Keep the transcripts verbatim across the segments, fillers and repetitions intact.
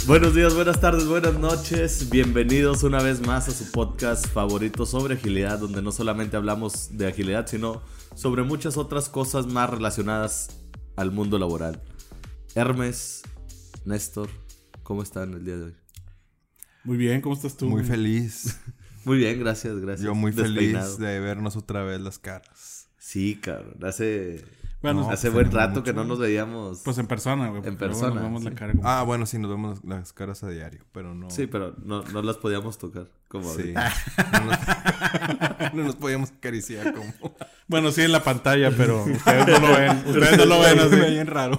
Buenos días, buenas tardes, buenas noches. Bienvenidos una vez más a su podcast favorito sobre agilidad, donde no solamente hablamos de agilidad, sino sobre muchas otras cosas más relacionadas al mundo laboral. Hermes, Néstor, ¿cómo están el día de hoy? Muy bien, ¿cómo estás tú? Muy feliz. Muy bien, gracias, gracias. Yo muy Despeinado. feliz de vernos otra vez las caras. Sí, cabrón. Hace, Bueno, no, hace pues, buen tenemos rato mucho. que no nos veíamos. Pues en persona, güey. En porque luego persona, Nos vemos sí. la cara como... Ah, bueno, sí, nos vemos las, las caras a diario, pero no... Sí, pero no, no las podíamos tocar como Sí. ahorita. No nos, no nos podíamos acariciar como... Bueno, sí en la pantalla, pero ustedes no lo ven. Ustedes no lo ven Se ve así. bien raro.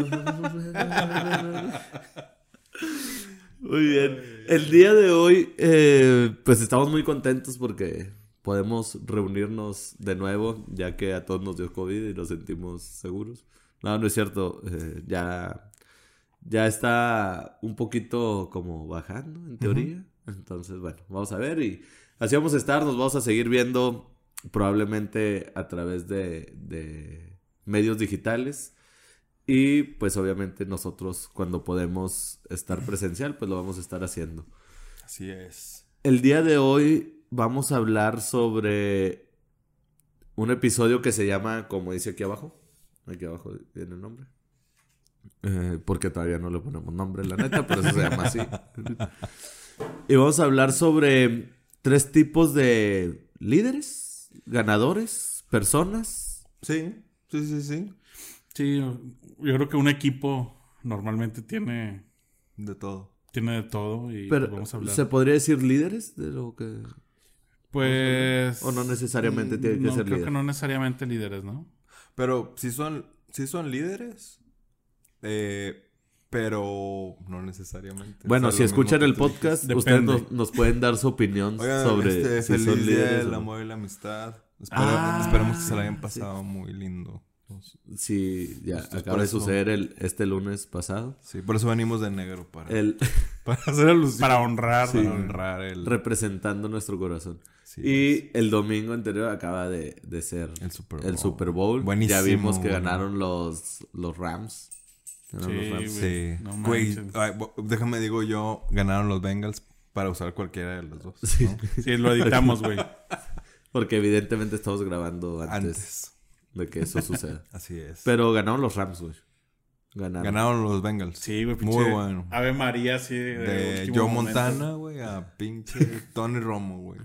Muy bien. El día de hoy, eh, pues estamos muy contentos porque podemos reunirnos de nuevo, ya que a todos nos dio COVID y nos sentimos seguros. No, no es cierto. Eh, ya, ya está un poquito como bajando, en teoría. Uh-huh. Entonces, bueno, vamos a ver. Y así vamos a estar. Nos vamos a seguir viendo probablemente a través de, de medios digitales. Y pues obviamente nosotros cuando podemos estar presencial, pues lo vamos a estar haciendo. Así es. El día de hoy vamos a hablar sobre un episodio que se llama, como dice aquí abajo, aquí abajo viene el nombre, eh, porque todavía no le ponemos nombre, la neta, pero eso se llama así. Y vamos a hablar sobre tres tipos de líderes, ganadores, personas. Sí, sí, sí, sí. Sí, yo creo que un equipo normalmente tiene... De todo. Tiene de todo y Pero, pues vamos a hablar. ¿se podría decir líderes de lo que...? Pues... O no necesariamente tiene que no, ser creo líder. que no necesariamente líderes, ¿no? Pero sí son, sí son líderes, eh, pero no necesariamente. Bueno, O sea, si lo escuchan mismo el que tú podcast, dijiste. ustedes Depende. nos, nos pueden dar su opinión Oigan, sobre este, si feliz son día líderes del o no. amor y la amistad. Espero- Ah, esperemos que se la hayan sí. pasado muy lindo. Sí, ya Justo acaba por de eso. suceder el, este lunes pasado. Sí, por eso venimos de negro, para, El, para hacer alusión. Para honrar. Para ¿no? honrar el, representando nuestro corazón. sí, Y el domingo anterior acaba de, de ser el Super Bowl. el Super Bowl. Buenísimo, Ya vimos que güey. ganaron los, los Rams. Ganaron Sí, los Rams. güey. Sí. No Güey, manches. ay, bo- déjame digo yo, ganaron los Bengals para usar cualquiera de los dos. Sí. ¿no? Sí, lo editamos, güey. Porque evidentemente estamos grabando antes, Antes. de que eso suceda. Así es. Pero ganaron los Rams, güey. Ganaron. Ganaron los Bengals. Sí, güey. Muy pinche bueno. Ave María, sí. De, De último Joe momento. Montana, güey, a pinche Tony Romo, güey.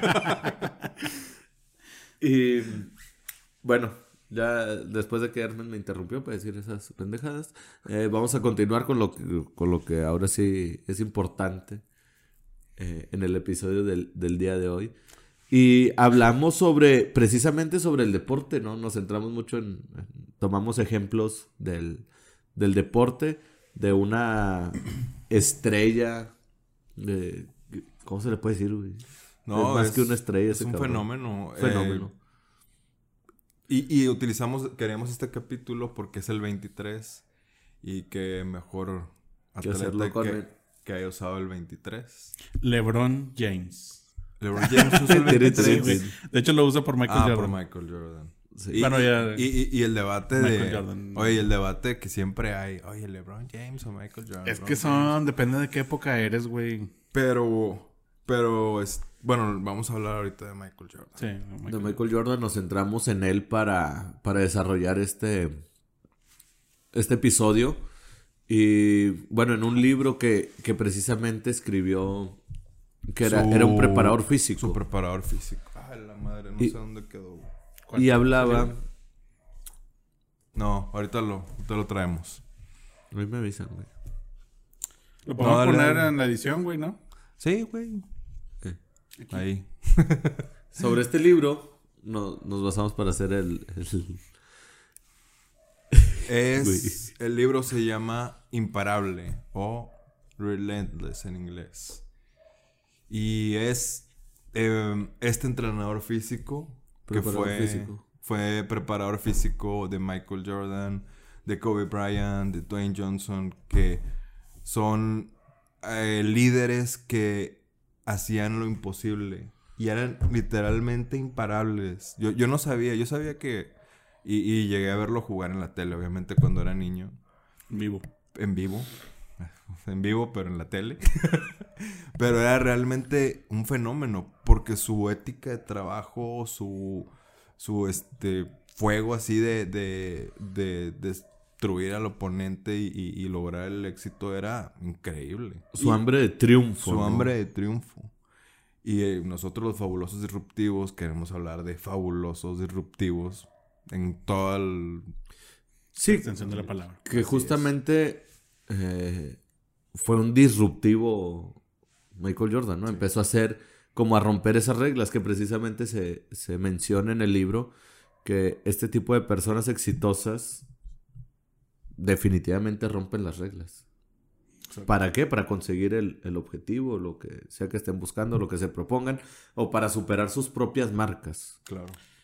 Y bueno, ya después de que Hermes me interrumpió para decir esas pendejadas, eh, vamos a continuar con lo que, con lo que ahora sí es importante eh, en el episodio del, del día de hoy. Y hablamos sobre, precisamente sobre el deporte, ¿no? Nos centramos mucho en, en tomamos ejemplos del, del deporte, de una estrella, de, ¿cómo se le puede decir, güey? No, Es más es, que una estrella es ese un cabrón. fenómeno. eh, Fenómeno. y, y utilizamos, queríamos este capítulo porque es el veintitrés y que mejor Que hacerlo atleta con que, el- que haya usado el veintitrés. LeBron James. LeBron James usó el Tiri, veintitrés. tiri, güey. tiri. De hecho, lo usa por Michael Ah, Jordan. por Michael Jordan. Sí. Y, Bueno, ya- y, y, y el debate Michael de... Jordan. Oye, el debate que siempre hay. Oye, LeBron James o Michael Jordan. Es LeBron que James. son... Depende de qué época eres, güey. Pero... Pero... Es, bueno, vamos a hablar ahorita de Michael Jordan. Sí. De Michael Jordan nos centramos en él para, para desarrollar este, este episodio. Y bueno, en un libro que, que precisamente escribió, que era, Su- era un preparador físico. Su preparador físico. Ay, la madre, no Y- sé dónde quedó. Y hablaba... No, ahorita lo, ahorita lo traemos. A mí me avisan, güey. Lo podemos No, dale, poner dale. en la edición, güey, ¿no? Sí, güey. ¿Qué? Ahí. Sobre este libro no, nos basamos para hacer el... el- Es... El libro se llama Imparable o Relentless en inglés. Y es... eh, este entrenador físico que Preparador fue... físico. Fue preparador físico de Michael Jordan, de Kobe Bryant, de Dwayne Johnson, que son eh, líderes que hacían lo imposible y eran literalmente imparables. Yo, yo no sabía, yo sabía que... Y, y llegué a verlo jugar en la tele, obviamente, cuando era niño, Vivo. en vivo. en vivo, pero en la tele. Pero era realmente un fenómeno, porque su ética de trabajo, su, su este, fuego así de, de, de, de destruir al oponente y, y, y lograr el éxito era increíble. Su y hambre de triunfo. Su ¿no? hambre de triunfo. Y eh, nosotros los fabulosos disruptivos queremos hablar de fabulosos disruptivos en toda el... Sí, la extensión de la palabra. que justamente eh, fue un disruptivo Michael Jordan, ¿no? Sí. Empezó a hacer como a romper esas reglas que precisamente se, se menciona en el libro, que este tipo de personas exitosas definitivamente rompen las reglas. Exacto. ¿Para qué? Para conseguir el, el objetivo, lo que sea que estén buscando, lo que se propongan, o para superar sus propias marcas. Claro.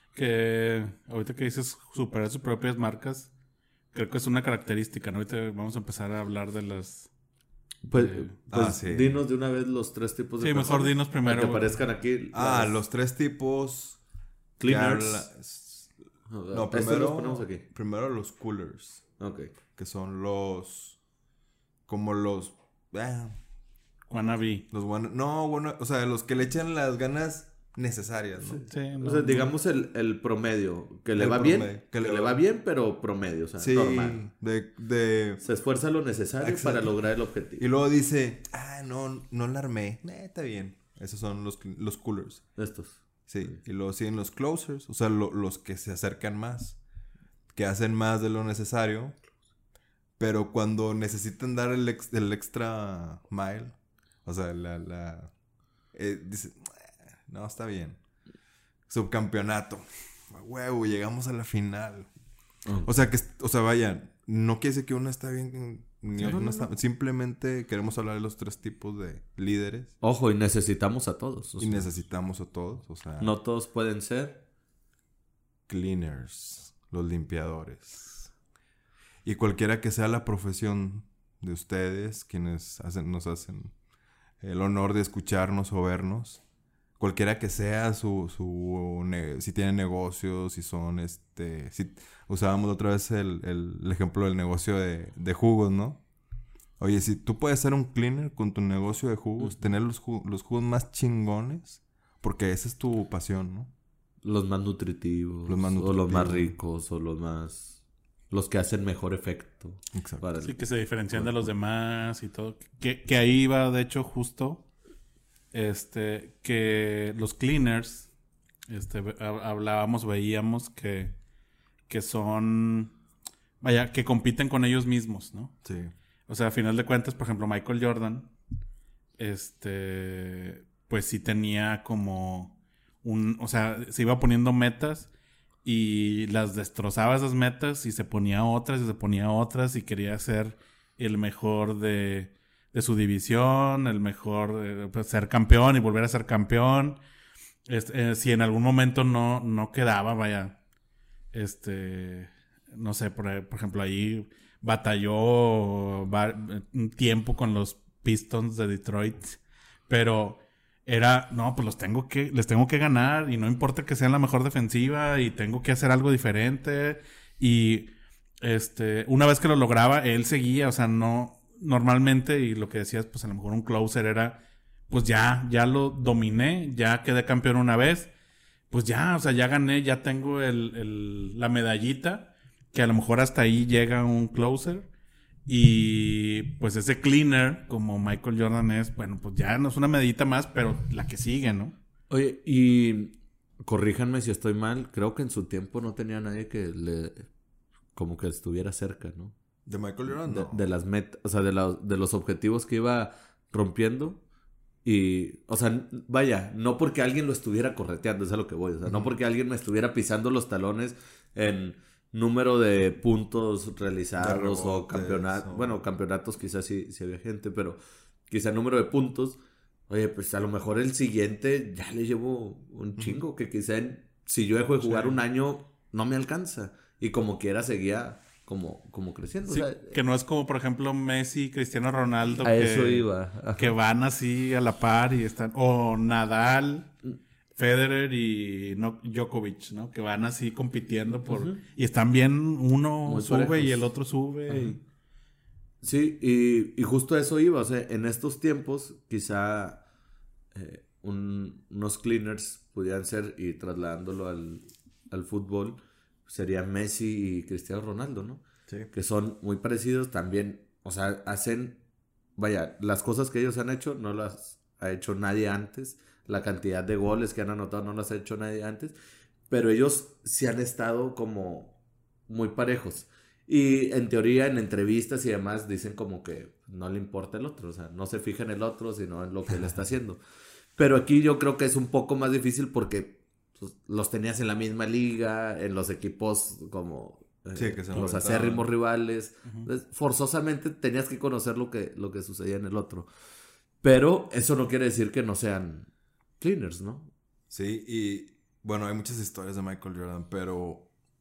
Que ahorita que dices superar sus propias marcas, creo que es una característica, ¿no? Ahorita vamos a empezar a hablar de las... Pues, de... pues ah, sí. dinos de una vez los tres tipos de Sí, personas. mejor dinos primero. Para que aparezcan aquí. Ah, las... los tres tipos... Cleaners. Habla... No, primero... los ponemos aquí. Primero los coolers. Ok. Que son los... Como los... Eh, wannabe. Los wanna... No, bueno, o sea, los que le echan las ganas necesarias, ¿no? Sí, sí, no, o sea, no. digamos el, el promedio, que le El va promedio, bien, que le que le va- va bien, pero promedio, o sea, Sí, normal. de, de... Se esfuerza lo necesario Exacto. para lograr el objetivo. Y luego dice, ah, no, no la armé. Eh, está bien. Esos son los, los coolers. Estos. Sí. Y luego siguen los closers, o sea, lo- los que se acercan más. Que hacen más de lo necesario. Pero cuando necesitan dar el, ex- el extra mile, o sea, la... la eh, dice, no, está bien. Subcampeonato. A huevo, llegamos a la final. Oh. O sea, que, o sea, vaya, no quiere decir que uno está bien, ni Sí, otro no, no no, está. no. Simplemente queremos hablar de los tres tipos de líderes. Ojo, y necesitamos a todos. o Y sea, necesitamos a todos, o sea, no todos pueden ser. cleaners, los limpiadores. Y cualquiera que sea la profesión de ustedes, quienes hacen, nos hacen el honor de escucharnos o vernos, cualquiera que sea su, su ne- si tienen negocios, si son este, si usábamos otra vez el, el, el ejemplo del negocio de, de jugos, ¿no? Oye, si tú puedes ser un cleaner con tu negocio de jugos, Uh-huh. tener los, ju- los jugos más chingones, porque esa es tu pasión, ¿no? Los más nutritivos. Los más O los más nutritivos. ricos. O los más... Los que hacen mejor efecto. Exacto. Para el- Sí, que se diferencian de los demás y todo. Que, que ahí va, de hecho, justo... Este... Que los cleaners... Este... ve- hab- Hablábamos, veíamos que... Que son... Vaya, que compiten con ellos mismos, ¿no? Sí. O sea, a final de cuentas, por ejemplo, Michael Jordan... Este... Pues sí tenía como... Un... O sea, se iba poniendo metas... Y las destrozaba esas metas y se ponía otras y se ponía otras y quería ser el mejor de, de su división, el mejor, eh, pues, ser campeón y volver a ser campeón. Este, eh, si en algún momento no, no quedaba, vaya, este, no sé, por, por ejemplo, ahí batalló va- un tiempo con los Pistons de Detroit, pero... Era, no, pues los tengo que, les tengo que ganar y no importa que sean la mejor defensiva y tengo que hacer algo diferente. Y este, una vez que lo lograba, él seguía, o sea, no, normalmente, y lo que decías, pues a lo mejor un closer era, pues ya, ya lo dominé, ya quedé campeón una vez, pues ya, o sea, ya gané, ya tengo el, el, la medallita, que a lo mejor hasta ahí llega un closer. Y pues ese cleaner, como Michael Jordan es, bueno, pues ya no es una medallita más, pero la que sigue, ¿no? Oye, y corríjanme si estoy mal, creo que en su tiempo no tenía nadie que le como que estuviera cerca, ¿no? ¿De Michael Jordan? De, No. de las metas, o sea, de, la- de los objetivos que iba rompiendo. Y, o sea, vaya, no porque alguien lo estuviera correteando, es a lo que voy, o sea, no Ujú. porque alguien me estuviera pisando los talones en número de puntos realizados De o rebotes, campeonatos, o- bueno, campeonatos quizás sí, sí había gente, pero quizá número de puntos. Oye, pues a lo mejor el siguiente ya le llevo un chingo, que quizá en- si yo dejo de jugar Sí. un año no me alcanza. Y como quiera seguía como, como creciendo. Sí, o sea, que no es como, por ejemplo, Messi, Cristiano Ronaldo, a que, eso iba. Ajá. que van así a la par y están, o Nadal, Federer y no, Djokovic, ¿no? Que van así compitiendo por... Ujú. Y están bien, uno Muy sube parejos. y el otro sube. Ajá. y- Sí, y, y justo a eso iba. O sea, en estos tiempos, quizá eh, un- unos cleaners pudieran ser, y trasladándolo al, al fútbol, sería Messi y Cristiano Ronaldo, ¿no? Sí. Que son muy parecidos también. O sea, hacen, vaya, las cosas que ellos han hecho no las ha hecho nadie antes. La cantidad de goles que han anotado no las ha hecho nadie antes. Pero ellos sí han estado como muy parejos. Y en teoría, en entrevistas y demás, dicen como que no le importa el otro. O sea, no se fija en el otro, sino en lo que él está haciendo. Pero aquí yo creo que es un poco más difícil porque pues, los tenías en la misma liga, en los equipos como eh, Sí, que se los enfrentaban. acérrimos rivales. Ujú. Entonces, forzosamente tenías que conocer lo que, lo que sucedía en el otro. Pero eso no quiere decir que no sean cleaners, ¿no? Sí, y bueno, hay muchas historias de Michael Jordan, pero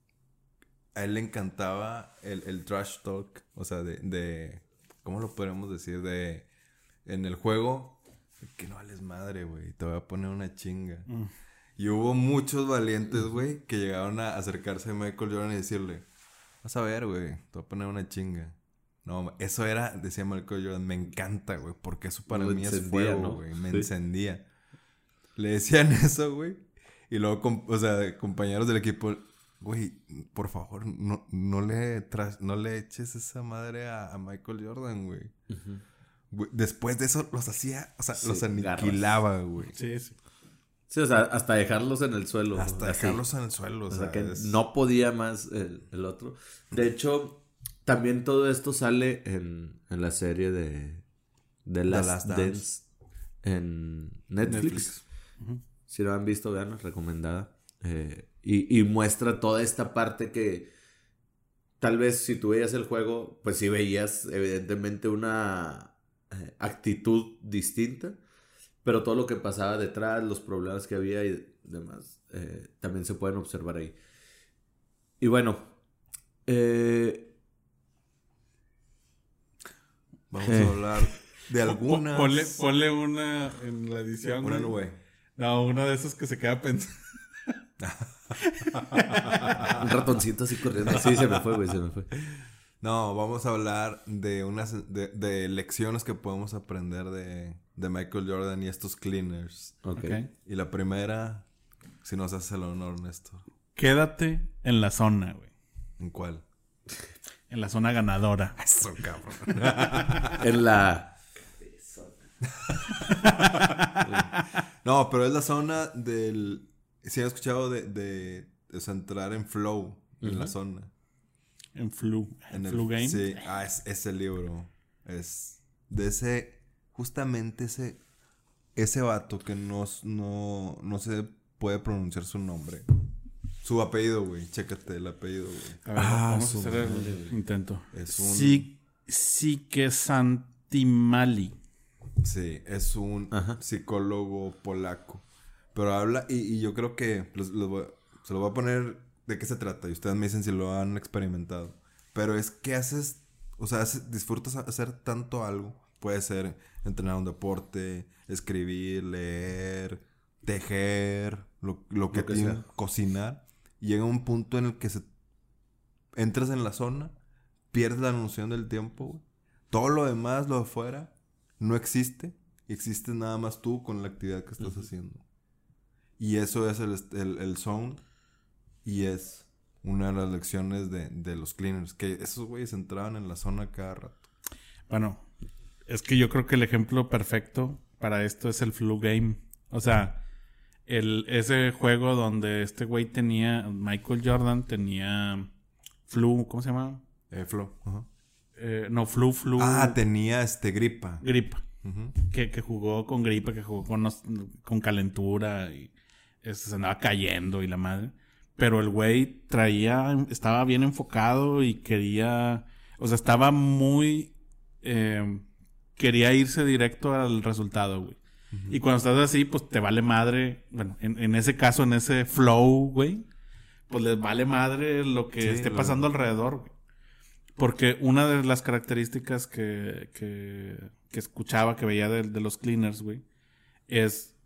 a él le encantaba el, el trash talk, o sea, de, de, ¿cómo lo podemos decir? De, en el juego, que no vales madre, güey, te voy a poner una chinga. Mm. Y hubo muchos valientes, güey, que llegaron a acercarse a Michael Jordan y decirle, vas a ver, güey, te voy a poner una chinga. No, eso era, decía Michael Jordan, me encanta, güey, porque eso para Lo mí es encendía, fuego, ¿no? güey, me Sí. encendía. Le decían eso, güey, y luego, com- o sea, compañeros del equipo, güey, por favor, no, no, le tras- no le eches esa madre a, a Michael Jordan, güey. Ujú. Güey, después de eso los hacía, o sea, Sí, los aniquilaba, güey. Sí, sí. Sí, o sea, hasta dejarlos en el suelo. Hasta así. dejarlos en el suelo, O o sea, sea, que es- no podía más el, el otro. De hecho, también todo esto sale en, en la serie de The Last, Last Dance. Dance. En Netflix. Netflix. Ujú. Si lo han visto, vean, recomendada. Eh, y, y muestra toda esta parte que tal vez si tú veías el juego, pues sí veías evidentemente una eh, actitud distinta. Pero todo lo que pasaba detrás, los problemas que había y demás, eh, también se pueden observar ahí. Y bueno, eh, Vamos Eh. a hablar de Po- algunas... Ponle, ponle una en la edición. Una güey. nube. No, una de esas que se queda pensando. un ratoncito así corriendo. Sí, se me fue, güey, se me fue. No, vamos a hablar de unas de, de lecciones que podemos aprender de, de Michael Jordan y estos cleaners. Ok. Ok. Y la primera, si nos haces el honor, Néstor. Quédate en la zona, güey. ¿En cuál? En la zona ganadora. Eso, cabrón. En la... No, pero es la zona del... Si han escuchado de, de, de o sea, entrar en flow en la Ujú. zona. En Flu. En el, Flu Game. Sí, ah, es, ese libro. Es de ese... Justamente ese... Ese vato que no, no, no se puede pronunciar su nombre. Su apellido, güey. Chécate el apellido, güey. A ver, Ah, vamos a su hacer madre, el güey. intento. Es un... Sí, sí que Santimali. Sí, es un Ajá. psicólogo polaco. Pero habla, y, y yo creo que los- los voy- se lo voy a poner de qué se trata. Y ustedes me dicen si lo han experimentado. Pero es que haces, o sea, haces- disfrutas hacer tanto algo. Puede ser entrenar un deporte, escribir, leer, tejer, lo, lo que, Lo que tiene- sea. cocinar. Y llega un punto en el que se, entras en la zona, pierdes la noción del tiempo, güey. Todo lo demás, lo de afuera, no existe. Existe nada más tú con la actividad que estás Ujú. haciendo. Y eso es el, est- el, el zone. Y es una de las lecciones de, de los cleaners. Que esos güeyes entraban en la zona cada rato. Bueno, es que yo creo que el ejemplo perfecto para esto es el Flu Game. O sea, el, ese juego donde este güey tenía, Michael Jordan tenía Flu, ¿cómo se llama? Eh, Flo. Ajá. Eh, no, Flu, Flu. Ah, tenía este gripa. Gripa. Ujú. Que, que jugó con gripa, que jugó con, nos- con calentura y este, se andaba cayendo y la madre. Pero el güey traía, estaba bien enfocado y quería, o sea, estaba muy, eh, quería irse directo al resultado, güey. Y cuando estás así, pues te vale madre, bueno, en, en ese caso, en ese flow, güey, pues les vale madre lo que Sí, esté lo- pasando alrededor, güey. Porque una de las características que, que, que escuchaba, que veía de, de los cleaners, güey, es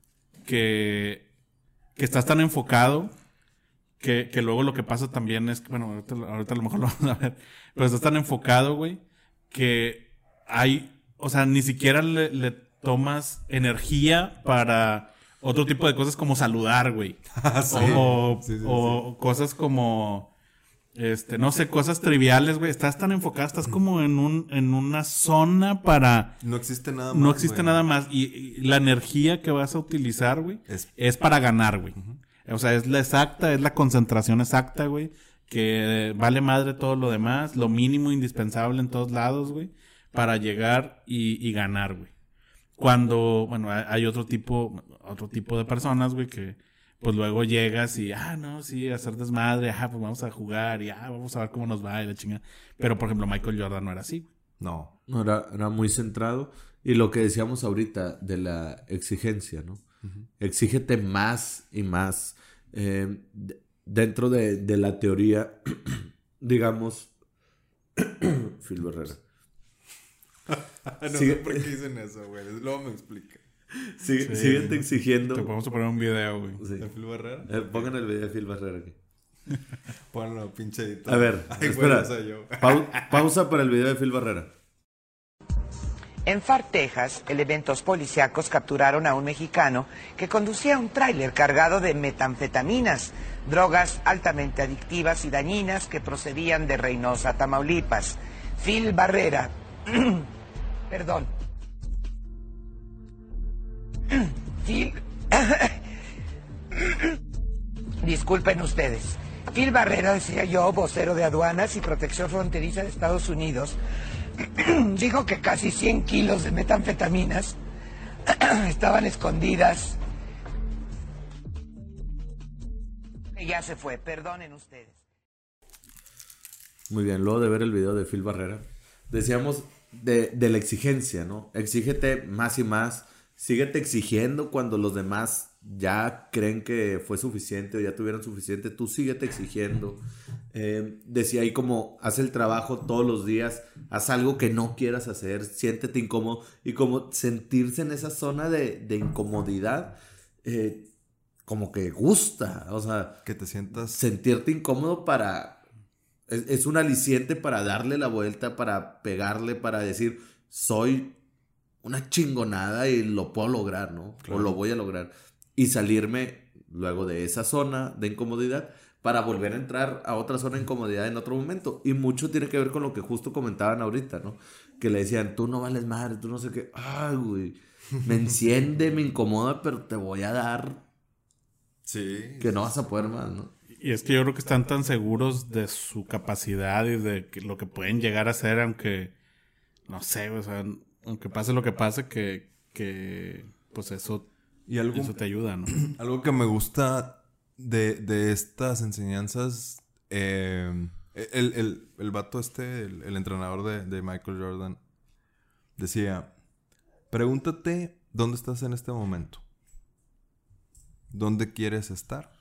que, que estás tan enfocado que, que luego lo que pasa también es, que, bueno, ahorita, ahorita a lo mejor lo vamos a ver, pero estás tan enfocado, güey, que hay, o sea, ni siquiera le, le tomas energía para otro tipo de cosas como saludar, güey. Ah, sí. O, Sí, sí, o cosas como, este, no sé, cosas triviales, güey. Estás tan enfocado, estás como en un, en una zona para... No existe nada más. No existe güey. nada más. Y, y la energía que vas a utilizar, güey, Es- es, para ganar, güey. O sea, es la exacta, es la concentración exacta, güey. Que vale madre todo lo demás, lo mínimo indispensable en todos lados, güey, para llegar y, y ganar, güey. Cuando, bueno, hay, hay otro tipo, otro tipo de personas, güey, que pues luego llegas y, ah, no, sí, hacer desmadre, ah, pues vamos a jugar y, ah, vamos a ver cómo nos va y la chingada. Pero, por ejemplo, Michael Jordan no era así, güey. No. No, era, era muy centrado. Y lo que decíamos ahorita de la exigencia, ¿no? Uh-huh. Exígete más y más. Eh, d- dentro de, de la teoría, digamos, Phil Barrera. no Sigue- sé por qué dicen eso, güey. Luego me explica. Sigue, Sí. síguete exigiendo. Te podemos poner un video, güey. Sí. ¿De Phil Barrera? Eh, pongan el video de Phil Barrera aquí. Ponlo, pinche editor. A ver, Ay, espera. güey, no soy yo. Pau- pausa para el video de Phil Barrera. En Far, Texas, elementos policíacos capturaron a un mexicano que conducía un tráiler cargado de metanfetaminas, drogas altamente adictivas y dañinas que procedían de Reynosa, Tamaulipas. Phil Barrera, perdón. Phil, disculpen ustedes. Phil Barrera, decía yo, vocero de aduanas y protección fronteriza de Estados Unidos, dijo que casi cien kilos de metanfetaminas estaban escondidas. Ya se fue, perdonen ustedes. Muy bien, luego de ver el video de Phil Barrera, decíamos de, de la exigencia, ¿no? Exígete más y más, síguete exigiendo cuando los demás ya creen que fue suficiente o ya tuvieron suficiente, tú síguete exigiendo. Eh, decía ahí como, haz el trabajo todos los días, haz algo que no quieras hacer, siéntete incómodo y como sentirse en esa zona de, de incomodidad, eh, como que gusta, o sea, Que te sientas... sentirte incómodo para... Es, es un aliciente para darle la vuelta, para pegarle, para decir, soy una chingonada y lo puedo lograr, ¿no? Claro. O lo voy a lograr. Y salirme luego de esa zona de incomodidad para volver a entrar a otra zona de incomodidad en otro momento. Y mucho tiene que ver con lo que justo comentaban ahorita, ¿no? Que le decían, tú no vales madre, tú no sé qué. Ay, güey, me enciende, me incomoda, pero te voy a dar Sí. que no vas a poder más, ¿no? Y es que yo creo que están tan seguros de su capacidad y de que lo que pueden llegar a hacer, aunque, no sé, o sea, aunque pase lo que pase, que, que pues eso, Y algo, eso te ayuda, ¿no? algo que me gusta de, de estas enseñanzas, eh, el, el, el vato este, el, el entrenador de, de Michael Jordan, decía, pregúntate dónde estás en este momento. ¿Dónde quieres estar?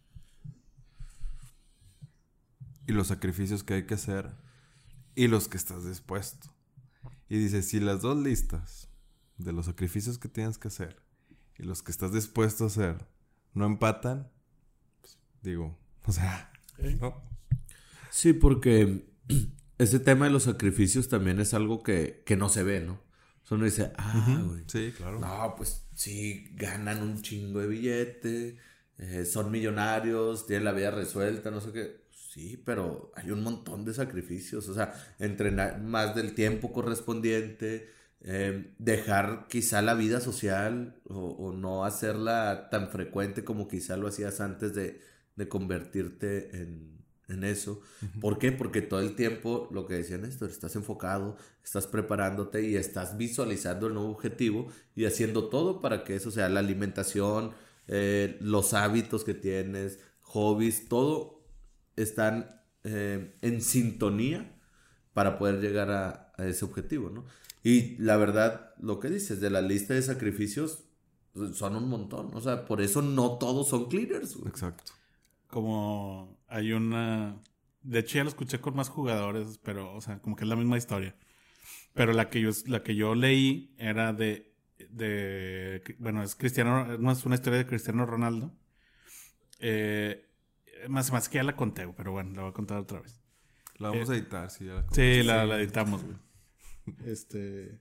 Y los sacrificios que hay que hacer y los que estás dispuesto. Y dice, si las dos listas de los sacrificios que tienes que hacer y los que estás dispuesto a hacer no empatan, pues, digo, o sea, ¿no? Sí, porque ese tema de los sacrificios también es algo que, que no se ve, ¿no? O sea, uno dice, ah, güey. Sí, claro. No, pues sí, ganan un chingo de billete, eh, son millonarios, tienen la vida resuelta, no sé qué. Sí, pero hay un montón de sacrificios, o sea, entrenar más del tiempo correspondiente, eh, dejar quizá la vida social o, o no hacerla tan frecuente como quizá lo hacías antes de, de convertirte en, en eso. Uh-huh. ¿Por qué? Porque todo el tiempo, lo que decía Néstor, estás enfocado, estás preparándote y estás visualizando el nuevo objetivo y haciendo todo para que eso sea la alimentación, eh, los hábitos que tienes, hobbies, todo están eh, en sintonía para poder llegar a, a ese objetivo, ¿no? Y la verdad, lo que dices, de la lista de sacrificios, son un montón. O sea, por eso no todos son cleaners, güey. Exacto. Como hay una... De hecho, ya lo escuché con más jugadores, pero, o sea, como que es la misma historia. Pero la que yo, la que yo leí era de... de bueno, es Cristiano... No es una historia de Cristiano Ronaldo. Eh... Más, más que ya la conté, pero bueno, la voy a contar otra vez. La vamos eh, a editar, sí. Ya la sí, la, la editamos, güey. Este...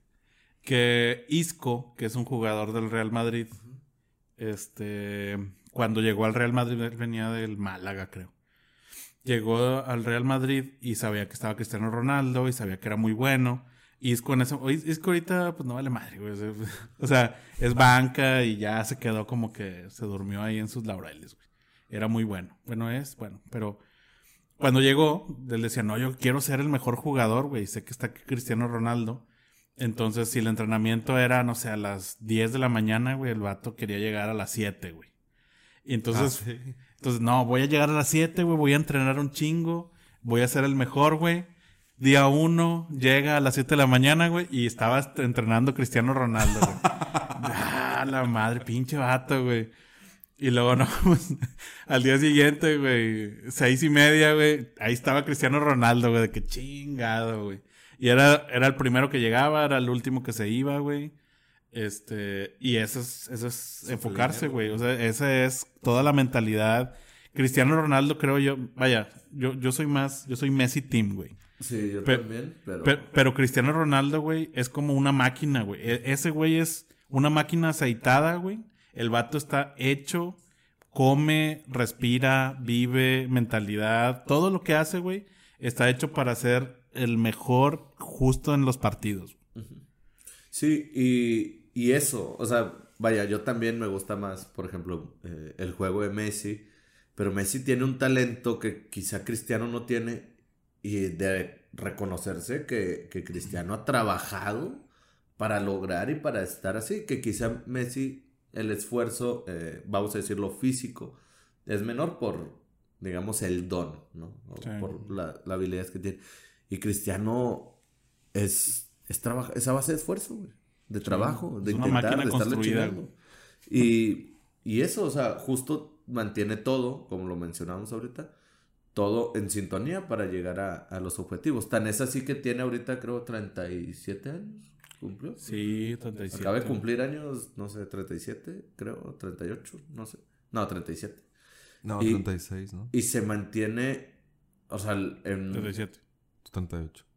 Que Isco, que es un jugador del Real Madrid, uh-huh. este... Cuando llegó al Real Madrid, él venía del Málaga, creo. Llegó al Real Madrid y sabía que estaba Cristiano Ronaldo y sabía que era muy bueno. Isco en eso... Isco ahorita, pues no vale madre, güey. O sea, es banca y ya se quedó como que se durmió ahí en sus laureles, güey. Era muy bueno. Bueno, es bueno, pero... Cuando llegó, él decía, no, yo quiero ser el mejor jugador, güey. Sé que está aquí Cristiano Ronaldo. Entonces, si el entrenamiento era, no sé, a las diez de la mañana, güey, el vato quería llegar a las siete, güey. Y entonces, ah, sí. entonces, no, voy a llegar a las siete, güey, voy a entrenar un chingo, voy a ser el mejor, güey. Día uno, llega a las siete de la mañana, güey, y estaba entrenando Cristiano Ronaldo, güey. Ah, la madre, pinche vato, güey. Y luego, no, pues, al día siguiente, güey, seis y media, güey, ahí estaba Cristiano Ronaldo, güey, de que chingado, güey. Y era, era el primero que llegaba, era el último que se iba, güey. Este, y eso es, eso es enfocarse, güey. O sea, esa es toda la mentalidad. Cristiano Ronaldo, creo yo, vaya, yo, yo soy más, yo soy Messi team, güey. Sí, yo Pe- también, pero... Pero, pero Cristiano Ronaldo, güey, es como una máquina, güey. E- ese güey es una máquina aceitada, güey. El vato está hecho, come, respira, vive, mentalidad. Todo lo que hace, güey, está hecho para ser el mejor justo en los partidos. Uh-huh. Sí, y, y eso, o sea, vaya, yo también me gusta más, por ejemplo, eh, el juego de Messi, pero Messi tiene un talento que quizá Cristiano no tiene, y de reconocerse que, que Cristiano ha trabajado para lograr y para estar así, que quizá Messi, el esfuerzo, eh, vamos a decirlo, físico, es menor por, digamos, el don, ¿no? O sí. Por la, la habilidad que tiene. Y Cristiano es, es, traba- es a base de esfuerzo, güey. De trabajo, sí, de intentar, de estarle chingando. Y, y eso, o sea, justo mantiene todo, como lo mencionamos ahorita, todo en sintonía para llegar a, a los objetivos. Tan es así que tiene ahorita, creo, treinta y siete años. ¿Cumplió? Sí, treinta y siete. Acaba de cumplir años, no sé, treinta y siete, creo, treinta y ocho, no sé. No, treinta y siete. No, y, treinta y seis, ¿no? Y se mantiene, o sea, en... treinta y siete. treinta y ocho.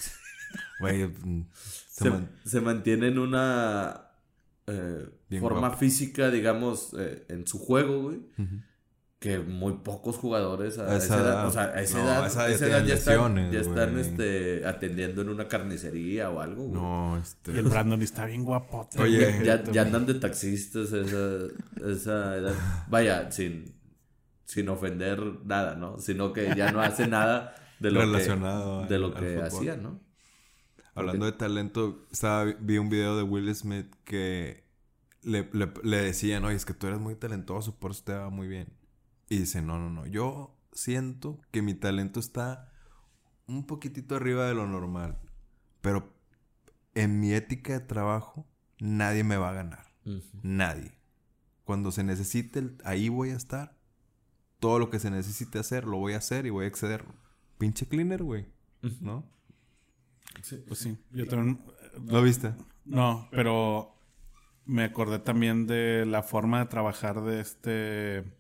Güey, se, se, man... se mantiene en una eh, forma guapo. física, digamos, eh, en su juego, güey. Uh-huh. Que muy pocos jugadores a, a esa edad, edad, o sea, a esa no, edad, esa esa edad ya están, ya están este, atendiendo en una carnicería o algo, güey. No, este... Y el Brandon está bien guapote. Oye, ya, ya andan de taxistas esa, esa edad. Vaya, sin, sin ofender nada, ¿no? Sino que ya no hace nada de lo relacionado que, de lo que hacía, ¿no? Hablando Porque... de talento, estaba, vi un video de Will Smith que le, le, le decían, oye, es que tú eres muy talentoso, por eso te va muy bien. Y dice, no, no, no, yo siento que mi talento está un poquitito arriba de lo normal, pero en mi ética de trabajo nadie me va a ganar, uh-huh. Nadie. Cuando se necesite, ahí voy a estar, todo lo que se necesite hacer, lo voy a hacer y voy a excederlo. Pinche cleaner, güey, uh-huh. ¿No? Sí, pues sí, yo también... ¿Lo viste? No, pero me acordé también de la forma de trabajar de este...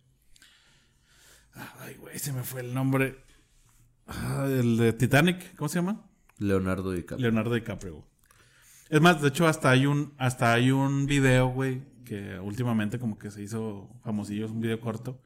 Ay, güey, se me fue el nombre. Ah, el de Titanic, ¿cómo se llama? Leonardo DiCaprio. Leonardo DiCaprio. Es más, de hecho, hasta hay un, hasta hay un video, güey, que últimamente como que se hizo famosillo, es un video corto,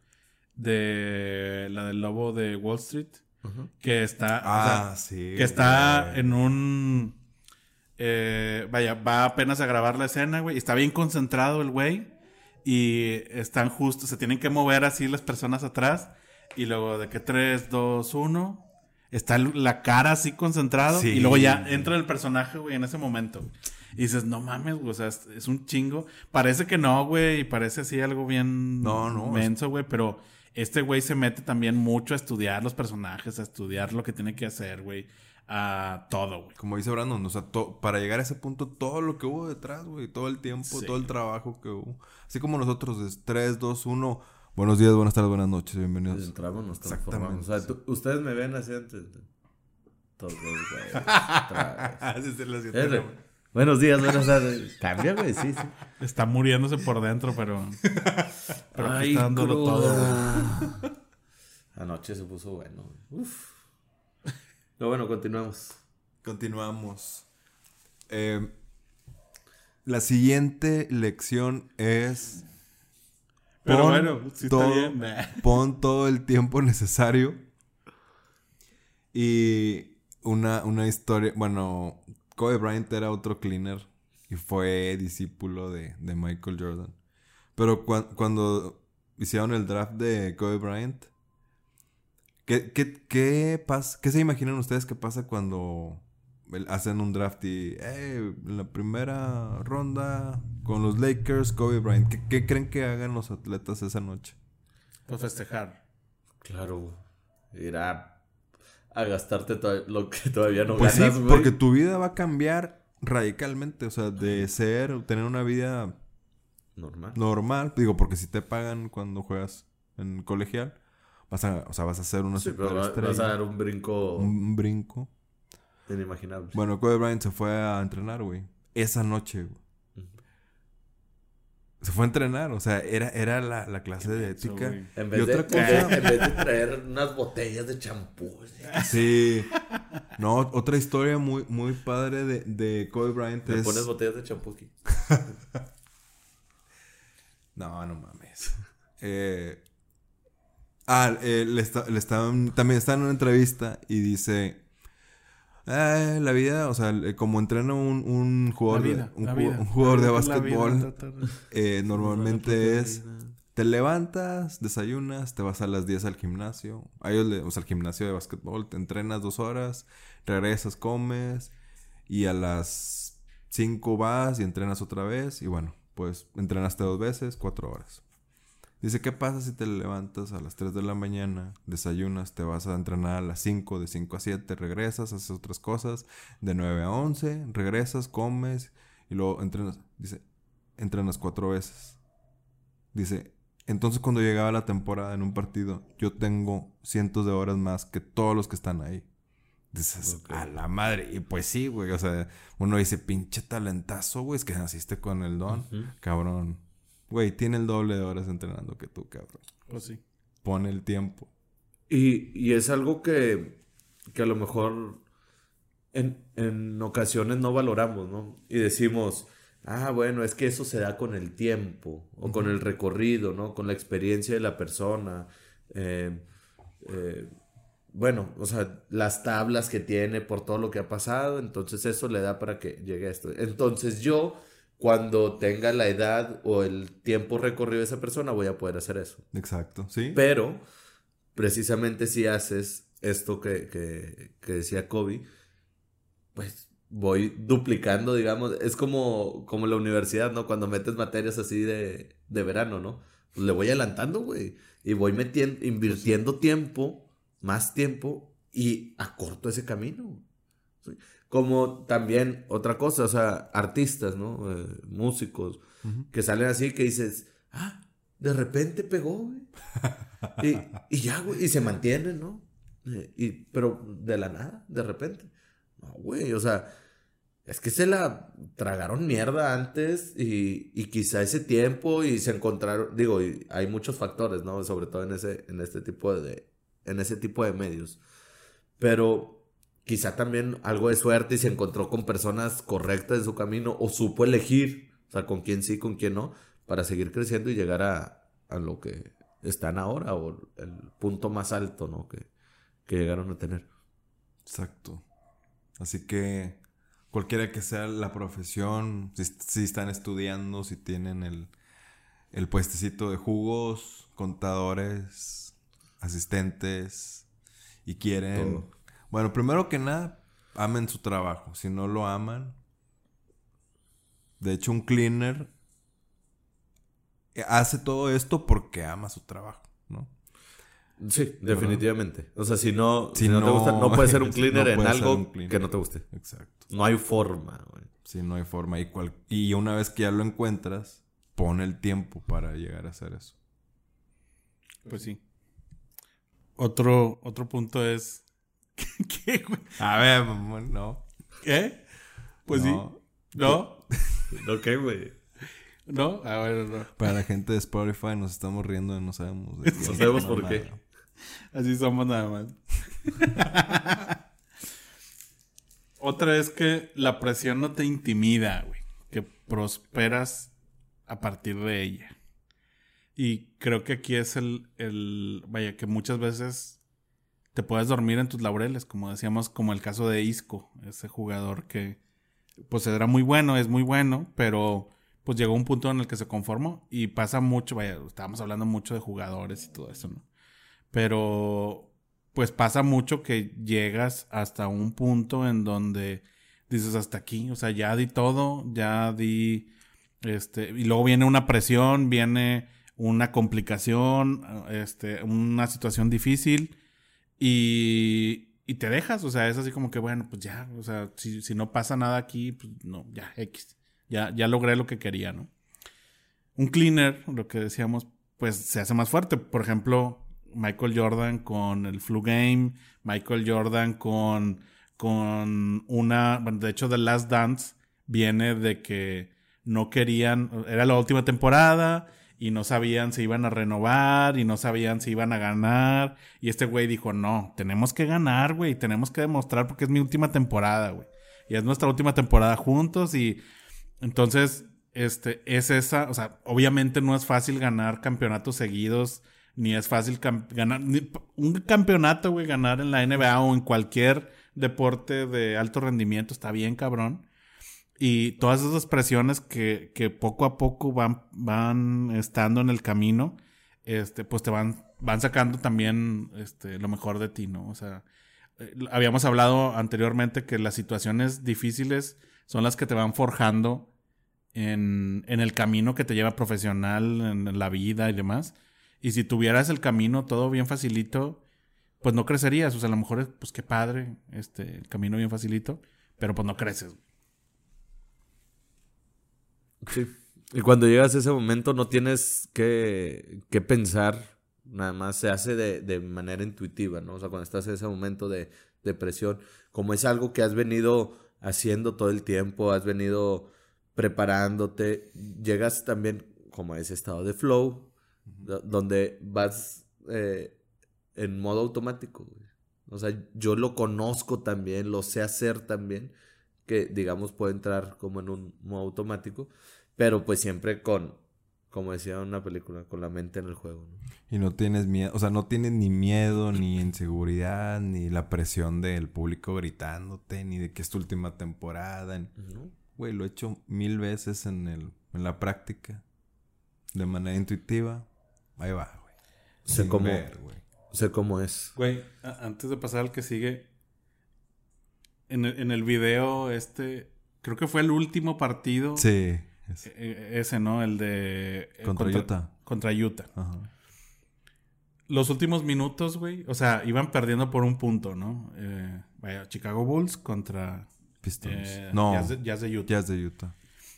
de la del lobo de Wall Street, uh-huh. que está, ah, o sea, sí, que está güey. en un, eh, vaya, va apenas a grabar la escena, güey, y está bien concentrado el güey, y están justo, se tienen que mover así las personas atrás. Y luego de que tres, dos, uno... Está la cara así concentrado. Sí. Y luego ya entra el personaje, güey, en ese momento. Y dices, no mames, güey. O sea, es, es un chingo. Parece que no, güey. Y parece así algo bien no, no, menso, güey. Pero este güey se mete también mucho a estudiar los personajes. A estudiar lo que tiene que hacer, güey. A todo, güey. Como dice Brandon, o sea, to- para llegar a ese punto, todo lo que hubo detrás, güey. Todo el tiempo, sí. Todo el trabajo que hubo. Así como nosotros, es tres, dos, uno... Buenos días, buenas tardes, buenas noches, bienvenidos. Entramos, nos transformamos. O sea, tú, ustedes me ven así antes. Todos, güey. Así se lo siento. Buenos días, buenas tardes. Cambia, güey, sí, sí. Está muriéndose por dentro, pero. pero Ay, está dándolo todo. Anoche se puso bueno. Uf. Pero bueno, continuamos. Continuamos. Eh, la siguiente lección es... Pero pon bueno, sí está todo, bien. Nah. Pon todo el tiempo necesario. Y una, una historia... Bueno, Kobe Bryant era otro cleaner y fue discípulo de, de Michael Jordan. Pero cu- cuando hicieron el draft de Kobe Bryant, ¿qué, qué, qué, pasa, ¿qué se imaginan ustedes que pasa cuando hacen un draft y eh, en la primera ronda con los Lakers, Kobe Bryant? ¿Qué, qué creen que hagan los atletas esa noche? Pues festejar. Claro, ir a, a gastarte to- lo que todavía no Pues ganas, sí, güey. porque tu vida va a cambiar radicalmente. O sea, de ser, tener una vida Normal. normal. Digo, porque si te pagan cuando juegas en colegial, vas a, o sea, vas a ser una Sí, pero va- superestrella. vas a dar un brinco Un brinco. inimaginable. Bueno, Kobe Bryant se fue a entrenar, güey. Esa noche, güey. Se fue a entrenar. O sea, era, era la, la clase de Eso, ética. güey. En Y vez, de, otra cosa... en vez de traer unas botellas de champú. güey. Sí. No, otra historia muy, muy padre de, de Kobe Bryant Me es... pones botellas de champú aquí. No, no mames. Eh... Ah, eh, le, está, le estaban... También está en una entrevista y dice... Eh, la vida, o sea, eh, como entrena un, un jugador, La vida, de, un, la ju- vida. un jugador de La vida, básquetbol, tratar de- eh, normalmente es... Te levantas, desayunas, te vas a las diez al gimnasio. A ellos, le, o sea, al gimnasio de básquetbol, te entrenas dos horas, regresas, comes, y a las cinco vas y entrenas otra vez. Y bueno, pues entrenaste dos veces, cuatro horas. Dice, ¿qué pasa si te levantas a las tres de la mañana, desayunas, te vas a entrenar a las cinco, de cinco a siete, regresas, haces otras cosas, de nueve a once, regresas, comes, y luego entrenas? Dice, entrenas cuatro veces. Dice, entonces cuando llegaba la temporada en un partido, yo tengo cientos de horas más que todos los que están ahí. Dices, Ok. a la madre. Y pues sí, güey, o sea, uno dice, pinche talentazo, güey, es que naciste con el don. Ujú. Cabrón. Güey, tiene el doble de horas entrenando que tú, cabrón. Pues sí. Pone el tiempo. Y, y es algo que, que a lo mejor en, en ocasiones no valoramos, ¿no? Y decimos, ah, bueno, es que eso se da con el tiempo, o con el recorrido, ¿no? Con la experiencia de la persona. Eh, eh, bueno, o sea, las tablas que tiene por todo lo que ha pasado, entonces eso le da para que llegue a esto. Entonces yo, cuando tenga la edad o el tiempo recorrido de esa persona, voy a poder hacer eso. Exacto, ¿sí? Pero, precisamente si haces esto que, que, que decía Kobe, pues voy duplicando, digamos. Es como, como la universidad, ¿no? Cuando metes materias así de, de verano, ¿no? Pues le voy adelantando, güey. Y voy metiendo, invirtiendo tiempo, más tiempo, y acorto ese camino. ¿Sí? Como también otra cosa, o sea, artistas, ¿no? Eh, músicos, Ujú. que salen así que dices, ah, de repente pegó, güey. Y, y ya, güey, y se mantienen, ¿no? Eh, y, pero de la nada, de repente. No, güey, o sea, es que se la tragaron mierda antes y, y quizá ese tiempo y se encontraron, digo, y hay muchos factores, ¿no? Sobre todo en ese, en este tipo de, en ese tipo de medios. Pero quizá también algo de suerte y se encontró con personas correctas en su camino o supo elegir, o sea, con quién sí, con quién no, para seguir creciendo y llegar a, a lo que están ahora o el punto más alto, ¿no? Que, que llegaron a tener. Exacto. Así que cualquiera que sea la profesión, si, si están estudiando, si tienen el, el puestecito de jugos, contadores, asistentes y quieren... Todo. Bueno, primero que nada, amen su trabajo. Si no lo aman... De hecho, un cleaner hace todo esto porque ama su trabajo, ¿no? Sí, definitivamente. O sea, si no, Si si no, te no- gusta, no puedes ser un cleaner no en puedes ser algo un cleaner. que no te guste. Exacto. No hay forma, güey. Sí, no hay forma. Y, cual- y una vez que ya lo encuentras, pon el tiempo para llegar a hacer eso. Pues sí. Otro, otro punto es... ¿Qué, güey? A ver, mamón, no. ¿Qué? Pues No. sí. ¿No? ¿No qué, güey? ¿No? A ver, no. Para la gente de Spotify nos estamos riendo y no sabemos. de qué No sabemos por mamada. qué. Así somos nada más. Otra es que la presión no te intimida, güey. Que prosperas a partir de ella. Y creo que aquí es el, el... Vaya, que muchas veces te puedes dormir en tus laureles, como decíamos, como el caso de Isco, ese jugador que pues era muy bueno, es muy bueno, pero pues llegó un punto en el que se conformó y pasa mucho, vaya, estábamos hablando mucho de jugadores y todo eso, ¿no? Pero pues pasa mucho que llegas hasta un punto en donde dices hasta aquí, o sea, ya di todo, ya di, este, y luego viene una presión, viene una complicación, este, una situación difícil y, y te dejas, o sea, es así como que bueno, pues ya, o sea, si, si no pasa nada aquí, pues no, ya, X, ya, ya logré lo que quería, ¿no? Un cleaner, lo que decíamos, pues se hace más fuerte, por ejemplo, Michael Jordan con el flu game, Michael Jordan con, con una, bueno, de hecho The Last Dance viene de que no querían, era la última temporada y no sabían si iban a renovar y no sabían si iban a ganar y este güey dijo, no, tenemos que ganar, güey, tenemos que demostrar porque es mi última temporada, güey, y es nuestra última temporada juntos y entonces, este, es esa, o sea, obviamente no es fácil ganar campeonatos seguidos, ni es fácil cam- ganar ni, un campeonato, güey, ganar en la N B A o en cualquier deporte de alto rendimiento, está bien cabrón. Y todas esas presiones que, que poco a poco van, van estando en el camino, este, pues te van, van sacando también este, lo mejor de ti, ¿no? O sea, eh, habíamos hablado anteriormente que las situaciones difíciles son las que te van forjando en, en el camino que te lleva profesional, en la vida y demás. Y si tuvieras el camino todo bien facilito, pues no crecerías. O sea, a lo mejor es, pues qué padre, este, el camino bien facilito, pero pues no creces. Sí. Y cuando llegas a ese momento no tienes que, que pensar, nada más se hace de, de manera intuitiva, ¿no? O sea, cuando estás en ese momento de, de presión, como es algo que has venido haciendo todo el tiempo, has venido preparándote, llegas también como a ese estado de flow, uh-huh. donde vas eh, en modo automático, güey. O sea, yo lo conozco también, lo sé hacer también, que digamos puedo entrar como en un modo automático, pero pues siempre con, como decía en una película, con la mente en el juego, ¿no? Y no tienes miedo, o sea, no tienes ni miedo, ni inseguridad, ni la presión del público gritándote, ni de que es tu última temporada. Uh-huh. Güey, lo he hecho mil veces en el en la práctica, de manera intuitiva. Ahí va, güey. Sé cómo, sé cómo es. Güey, antes de pasar al que sigue, en el, en el video este, creo que fue el último partido. Sí. Ese, ese ¿no? El de... Contra, contra Utah. Contra Utah. Ajá. Los últimos minutos, güey, o sea, iban perdiendo por un punto, ¿no? Eh, vaya, Chicago Bulls contra... Pistons. Eh, no. Jazz de, Jazz de Utah. Jazz de Utah.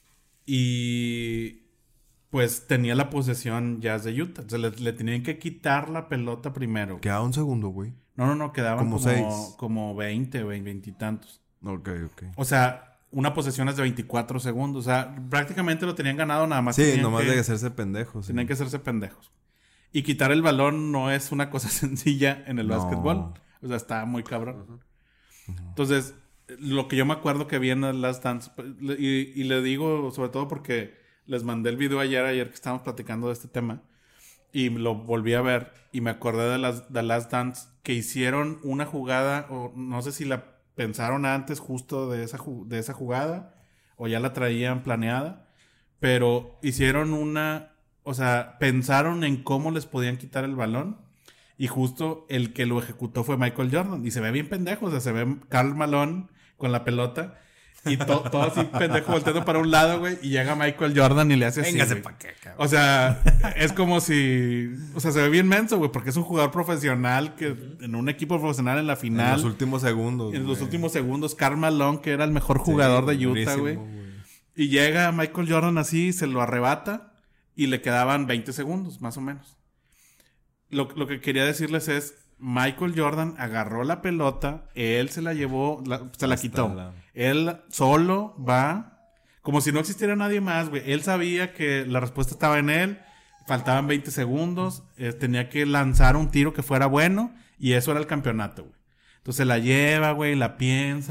Y... pues tenía la posesión Jazz de Utah. O sea, le, le tenían que quitar la pelota primero. Quedaba un segundo, güey. No, no, no, quedaban como, como, seis. como veinte, veinte y tantos. Ok, ok. O sea... una posesión es de veinticuatro segundos. O sea, prácticamente lo tenían ganado nada más. Sí, nomás de hacerse pendejos. Tenían sí. que hacerse pendejos. Y quitar el balón no es una cosa sencilla en el no. básquetbol. O sea, está muy cabrón. Uh-huh. Uh-huh. Entonces, lo que yo me acuerdo que vi en The Last Dance, y, y le digo sobre todo porque les mandé el video ayer, ayer que estábamos platicando de este tema, y lo volví a ver, y me acordé de las, The Last Dance, que hicieron una jugada, o no sé si la pensaron antes justo de esa, de esa jugada o ya la traían planeada, pero hicieron una, o sea, pensaron en cómo les podían quitar el balón y justo el que lo ejecutó fue Michael Jordan y se ve bien pendejo, o sea, se ve Karl Malone con la pelota y to, todo así pendejo volteando para un lado, güey, y llega Michael Jordan y le hace así. Véngase pa' qué, cabrón. O sea, es como si... O sea, se ve bien menso, güey, porque es un jugador profesional que en un equipo profesional en la final... En los últimos segundos, En güey. los últimos segundos, Karl Malone, que era el mejor jugador sí, de Utah, güey. Y llega Michael Jordan así, se lo arrebata y le quedaban veinte segundos, más o menos. Lo, lo que quería decirles es... Michael Jordan agarró la pelota, él se la llevó, la, se la quitó. La... Él solo va, como si no existiera nadie más, güey. Él sabía que la respuesta estaba en él, faltaban veinte segundos, eh, tenía que lanzar un tiro que fuera bueno y eso era el campeonato, güey. Entonces la lleva, güey, la piensa,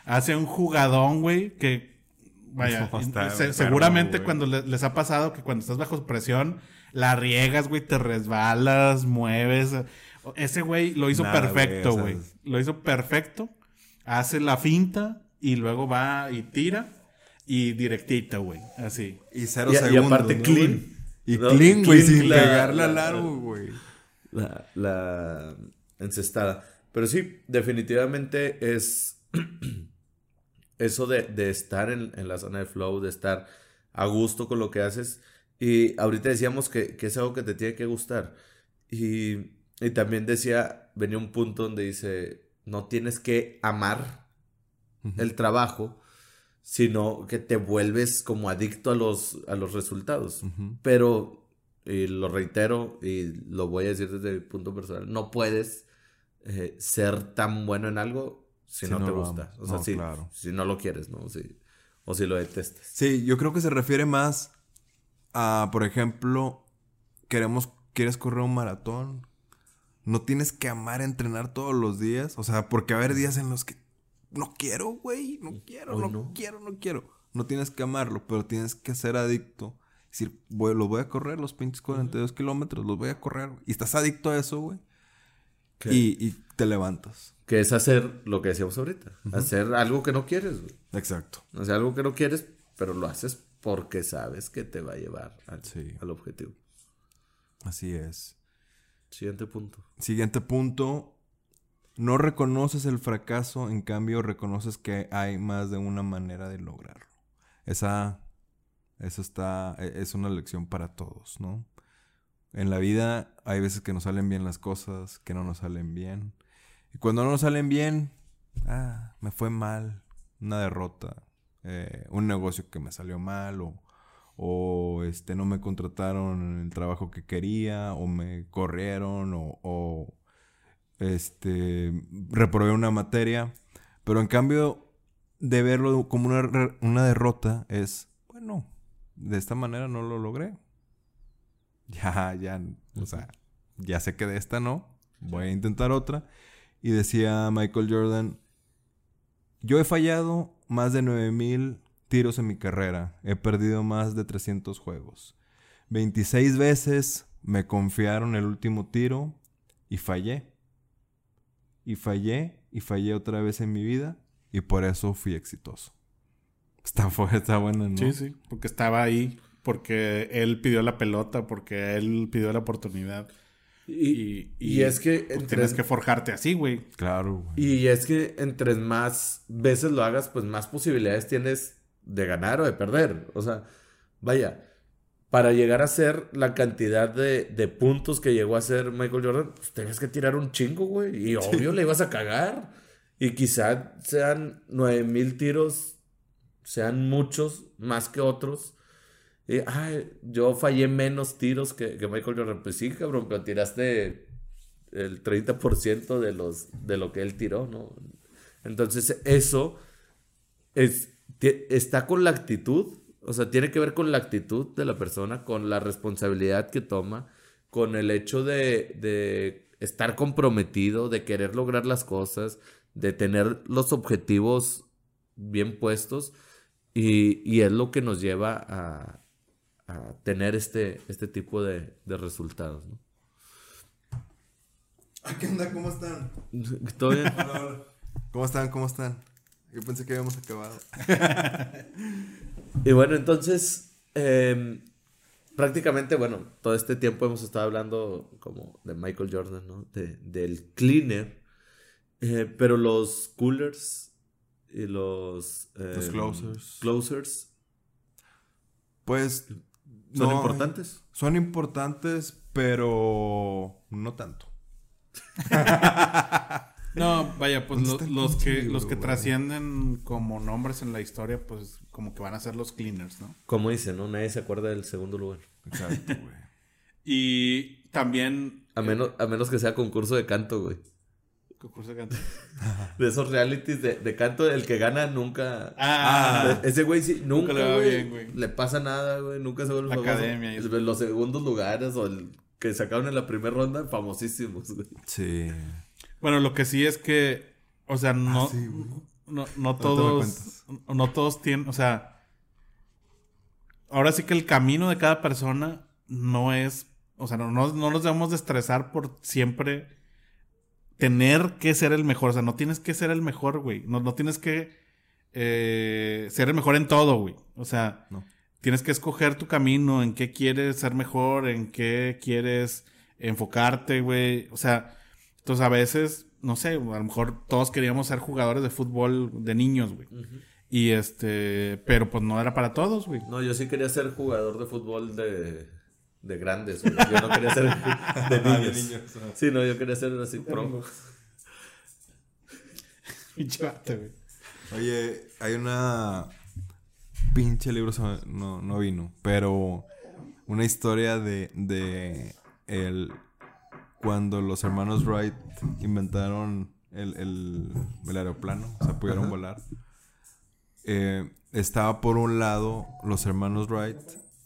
hace un jugadón, güey, que vaya, No, está se- enfermo, seguramente güey. cuando le- les ha pasado que cuando estás bajo presión, la riegas, güey, te resbalas, mueves. Ese güey lo hizo Nada, perfecto, güey, o güey. sea, Lo hizo perfecto. Hace la finta y luego va y tira y directita, güey. Así. Y cero Y, y segundos, aparte ¿no, clean. güey? Y ¿no? clean, güey, sin la- pegarle la- al largo, güey. La, la encestada. Pero sí, definitivamente es eso de, de estar en, en la zona de flow, de estar a gusto con lo que haces. Y ahorita decíamos que, que es algo que te tiene que gustar. Y, y también decía, venía un punto donde dice, no tienes que amar el trabajo, sino que te vuelves como adicto a los, a los resultados. Ujú. Pero, y lo reitero y lo voy a decir desde mi punto personal, no puedes eh, ser tan bueno en algo si, Si no, no te lo gusta. amas. O sea, No, si, claro. si no lo quieres, ¿no? Si, o si lo detestas. Sí, yo creo que se refiere más a, por ejemplo, queremos, quieres correr un maratón. No tienes que amar entrenar todos los días. O sea, porque va a haber días en los que no quiero, güey. No quiero, Hoy no, no. quiero, no quiero. No tienes que amarlo, pero tienes que ser adicto. Es decir, güey, los voy a correr los pinches cuarenta y dos kilómetros, los voy a correr. Güey. Y estás adicto a eso, güey. Que, Y, y te levantas. que es hacer lo que decíamos ahorita. Hacer algo que no quieres, güey. Exacto. Hacer algo que no quieres, pero lo haces porque sabes que te va a llevar al, Sí. al objetivo. Así es. Siguiente punto. Siguiente punto. No reconoces el fracaso, en cambio reconoces que hay más de una manera de lograrlo. Esa, eso está, e- es una lección para todos, ¿no? En la vida hay veces que nos salen bien las cosas, que no nos salen bien. Y cuando no nos salen bien, ah, me fue mal, una derrota, eh, un negocio que me salió mal o, o este, no me contrataron en el trabajo que quería o me corrieron o... o este, reprobé una materia, pero en cambio de verlo como una, re- una derrota es, bueno, de esta manera no lo logré. Ya, ya, o sea, ya sé que de esta no, voy a intentar otra. Y decía Michael Jordan, yo he fallado más de nueve mil tiros en mi carrera, he perdido más de trescientos juegos. veintiséis veces me confiaron el último tiro y fallé. Y fallé, y fallé otra vez en mi vida, y por eso fui exitoso. Está, fu- está buena, ¿no? Sí, sí, porque estaba ahí, porque él pidió la pelota, porque él pidió la oportunidad. Y, y es que pues, entre- tienes que forjarte así, güey. Claro, güey. Y es que entre más veces lo hagas, pues más posibilidades tienes de ganar o de perder. O sea, vaya, para llegar a ser la cantidad de, de puntos que llegó a hacer Michael Jordan, pues tenías que tirar un chingo, güey. Y obvio le ibas a cagar. Y quizá sean nueve mil tiros, sean muchos, más que otros. Y, ay, yo fallé menos tiros que, que Michael Jordan. Pues sí, cabrón, pero tiraste el treinta por ciento de, los, de lo que él tiró, ¿no? Entonces, eso es, ti- está con la actitud, o sea, tiene que ver con la actitud de la persona, con la responsabilidad que toma, con el hecho de, de estar comprometido, de querer lograr las cosas, de tener los objetivos bien puestos, y, y es lo que nos lleva a, a tener este, este tipo de, de resultados, ¿no? ¿Qué onda? ¿Cómo están? ¿Todo bien? Hola, hola. ¿Cómo están? ¿Cómo están? Yo pensé que habíamos acabado. Y bueno, entonces, eh, prácticamente, bueno, todo este tiempo hemos estado hablando como de Michael Jordan, ¿no? De, del cleaner, eh, pero los coolers y los... eh, Los closers. Closers Pues... son no, importantes. Son importantes, pero no tanto. No, vaya, pues ¿Dónde lo- está el los pinche que libro, los que güey? trascienden como nombres en la historia, pues como que van a ser los cleaners, ¿no? Como dice, ¿no? Nadie se acuerda del segundo lugar. Exacto, güey. Y también... A menos, a menos que sea concurso de canto, güey. concurso de canto. De esos realities de, de canto, el que gana nunca... Ah, Ese güey sí, nunca, Nunca le va güey, bien, güey. le pasa nada, güey, nunca se vuelve La famoso. academia y eso. El- Los segundos lugares o el que sacaron en la primera ronda, famosísimos, güey. Sí. bueno, lo que sí es que, o sea, no, Ah, sí, güey. no, no todos, no todos tienen, o sea, ahora sí que el camino de cada persona no es, o sea, no, no, no nos debemos de estresar por siempre tener que ser el mejor, o sea, no tienes que ser el mejor, güey, no, no tienes que eh, ser el mejor en todo, güey, o sea, No. tienes que escoger tu camino, en qué quieres ser mejor, en qué quieres enfocarte, güey, o sea, entonces a veces, no sé, a lo mejor todos queríamos ser jugadores de fútbol de niños, güey. Uh-huh. Y este, pero pues no era para todos, güey. No, yo sí quería ser jugador de fútbol de, de grandes, güey. Yo no quería ser de niños. de niños no. Sí, no, yo quería ser así pro. Pinche vato, güey. Oye, hay una pinche libro, no, no vino, pero una historia de, de el cuando los hermanos Wright inventaron el, el, el aeroplano, o sea, pudieron Ajá. volar. Eh, estaba por un lado los hermanos Wright,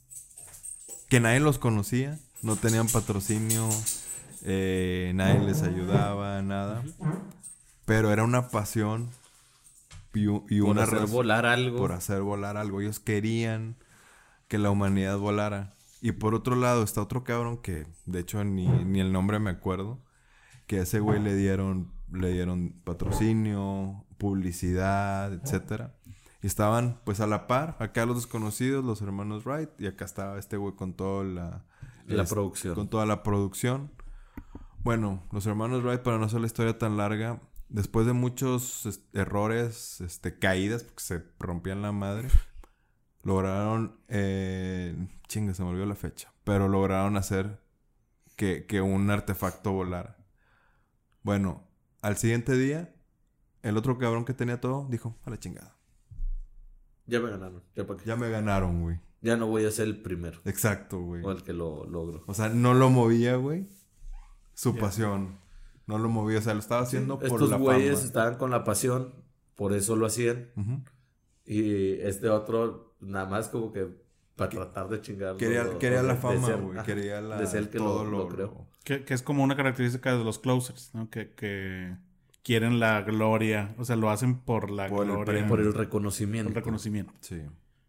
que nadie los conocía, no tenían patrocinio, eh, nadie les ayudaba, nada. Pero era una pasión y, y una por hacer volar algo. Por hacer volar algo. Ellos querían que la humanidad volara. Y por otro lado está otro cabrón que, de hecho, ni, ni el nombre me acuerdo. Que a ese güey le dieron, le dieron patrocinio, publicidad, etcétera. Y estaban, pues, a la par. Acá los desconocidos, los hermanos Wright. Y acá estaba este güey con toda la... La es, producción. Con toda la producción. Bueno, los hermanos Wright, para no hacer la historia tan larga... Después de muchos est- errores, este, caídas, porque se rompían la madre... Lograron... Eh, chinga, se me olvidó la fecha. Pero lograron hacer que, que un artefacto volara. Bueno, al siguiente día... El otro cabrón que tenía todo dijo... A la chingada. Ya me ganaron. Ya, para qué. Ya me ganaron, güey. Ya no voy a ser el primero. Exacto, güey. O el que lo logro. O sea, no lo movía, güey. Su yeah. pasión. No lo movía. O sea, lo estaba haciendo sí, por la fama. Estos güeyes estaban con la pasión. Por eso lo hacían. Uh-huh. Y este otro... Nada más como que... Para tratar de chingarlo. Quería, quería la fama, güey. Quería la... De ser el que todo lo, lo, lo creo. Que, que es como una característica de los closers, ¿no? Que... que... quieren la gloria, o sea, lo hacen por la por gloria. El, por el reconocimiento. Por el reconocimiento. Sí.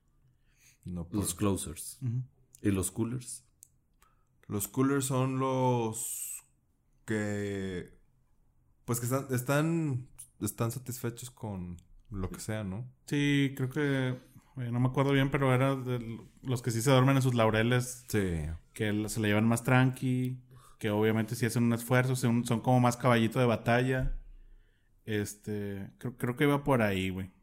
No por... Los closers. Uh-huh. ¿Y los coolers? Los coolers son los que... Pues que están, están, están satisfechos con lo que sea, ¿no? Sí, creo que... Eh, no me acuerdo bien, pero era de los que sí se duermen en sus laureles. Sí. Que se le llevan más tranqui. Que obviamente sí hacen un esfuerzo. Son, son como más caballito de batalla. Este, creo, creo que iba por ahí, güey.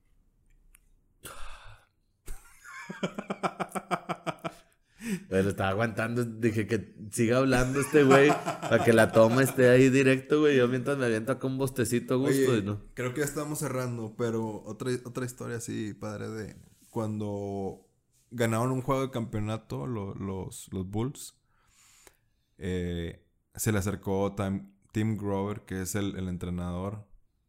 Bueno, estaba aguantando, dije que siga hablando este güey para que la toma esté ahí directo, güey. Yo mientras me aviento acá un bostecito a gusto. Oye, y no. Creo que ya estamos cerrando, pero otra, otra historia así, padre, de cuando ganaron un juego de campeonato lo, los, los Bulls, eh, se le acercó Tim, Tim Grover, que es el, el entrenador,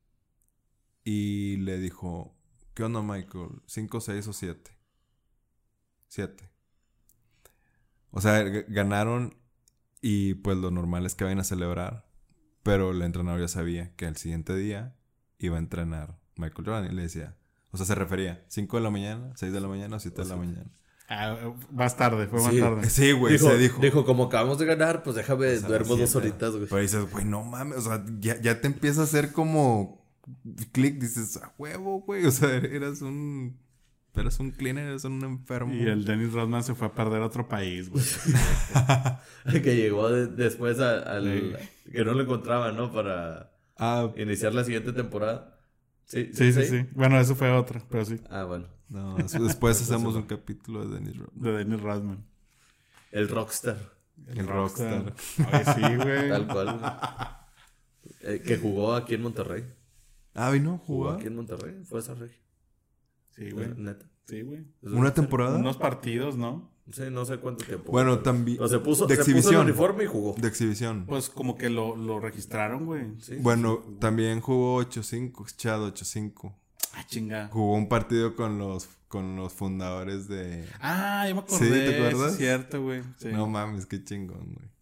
y le dijo, ¿qué onda, Michael? ¿Cinco, seis o siete? Siete. O sea, g- ganaron y pues lo normal es que vayan a celebrar. Pero el entrenador ya sabía que el siguiente día iba a entrenar Michael Jordan. Y le decía, o sea, se refería, cinco de la mañana, seis de la mañana o siete de la mañana. Ah, más tarde, fue sí, más tarde. Sí, güey, dijo, se dijo. Dijo, como acabamos de ganar, pues déjame, O sea, duermo dos siete. horitas, güey. Pero dices, güey, no mames, o sea, ya, ya te empieza a hacer como clic, dices, a huevo, güey. O sea, eras un... Eras un cleaner, eras un enfermo. Y el Dennis Rodman se fue a perder a otro país, güey. Que llegó de, después a, al... Sí. Que no lo encontraba, ¿no? Para Ah, iniciar la siguiente temporada. Sí, sí, sí, sí. Bueno, eso fue otra, pero sí. Ah, bueno. no, eso- después hacemos un capítulo de Dennis Rodman. De Dennis Rodman. El rockstar. El rockstar. Ay, sí, güey. Tal cual, güey. Eh, que jugó aquí en Monterrey. Ah, ¿vino? Jugó ¿Jugó? aquí en Monterrey. Fue esa regia. Sí, güey. Neta. Sí, güey. ¿Una temporada? Unos partidos, ¿no? Sí, no sé cuánto tiempo. Bueno, pero- también... pero se puso, de se puso exhibición. el uniforme y jugó. De exhibición. Pues como que lo, lo registraron, güey. Sí, Bueno, sí, sí. también jugó ocho cinco, Chad ocho cinco. Ah, chinga. Jugó un partido con los, con los fundadores de... Ah, yo me acordé. Sí, ¿te acuerdas? Sí, es cierto, güey. Sí. No mames, qué chingón, güey.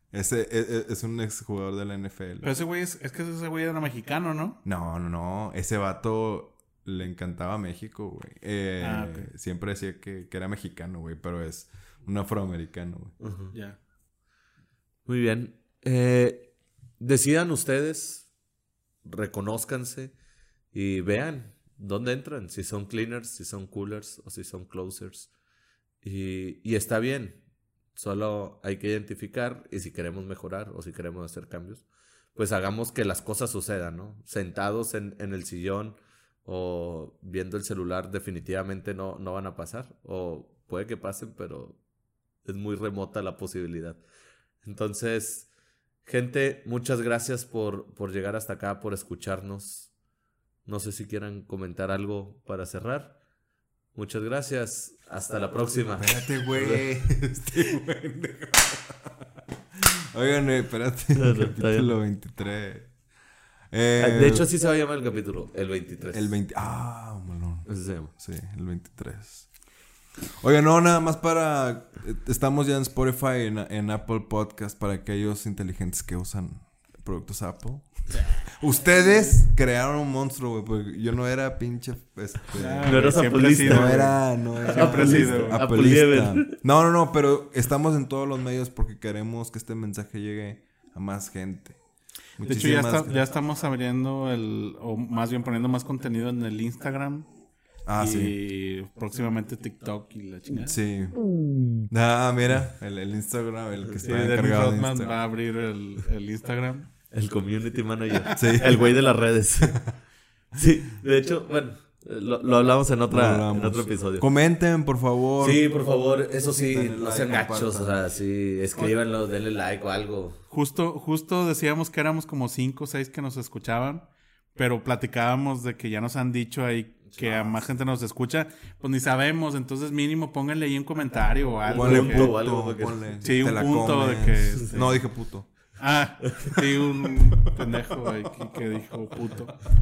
Ese es, es un exjugador de la N F L. Pero ese güey, es, es que ese güey era mexicano, ¿no? No, no, no. Ese vato le encantaba México, güey. Eh, ah, okay. Siempre decía que, que era mexicano, güey, pero es un afroamericano, güey. Uh-huh. Ya. Yeah. Muy bien. Eh, decidan ustedes, reconózcanse y vean dónde entran. Si son cleaners, si son coolers o si son closers. Y, y está bien. Solo hay que identificar y si queremos mejorar o si queremos hacer cambios, pues hagamos que las cosas sucedan, ¿no? Sentados en, en el sillón o viendo el celular definitivamente no, no van a pasar. O puede que pasen, pero es muy remota la posibilidad. Entonces, gente, muchas gracias por, por llegar hasta acá, por escucharnos. No sé si quieran comentar algo para cerrar. Muchas gracias. Hasta la próxima. Espérate, güey. Este güey. Oigan, espérate. El capítulo veintitrés. Eh, de hecho, así se va a llamar el capítulo. El veintitrés. El veinte. Ah, malón. Así se llama. Sí, el veintitrés. Oigan, no, nada más para... Estamos ya en Spotify, en, en Apple Podcast, para aquellos inteligentes que usan productos Apple. Ustedes crearon un monstruo, güey, porque yo no era pinche... Este, ah, no eras apulista. No era, no era... Siempre sido. Apulista. No, no, no, pero estamos en todos los medios porque queremos que este mensaje llegue a más gente. De hecho, ya, está, ya estamos abriendo el... O más bien poniendo más contenido en el Instagram. Ah, y sí. próximamente TikTok y la chingada. Sí. Ah, mira, el, el Instagram, el que sí, está encargado de Instagram. Va a abrir el, el Instagram. El community manager. Sí. El güey de las redes. Sí, de hecho, bueno, lo, lo hablamos en otra, lo hablamos. en otro episodio. Comenten, por favor. Sí, por favor, eso sí, no like, sean gachos, o sea, sí, escríbanlo, denle like o algo. Justo, justo decíamos que éramos como cinco o seis que nos escuchaban, pero platicábamos de que ya nos han dicho ahí que a más gente nos escucha, pues ni sabemos, entonces mínimo pónganle ahí un comentario o algo. Ponle que, puto, o algo porque... ponle, sí, un punto comes. de que... Este... No, dije puto. Ah, sí, un pendejo ahí que dijo puto.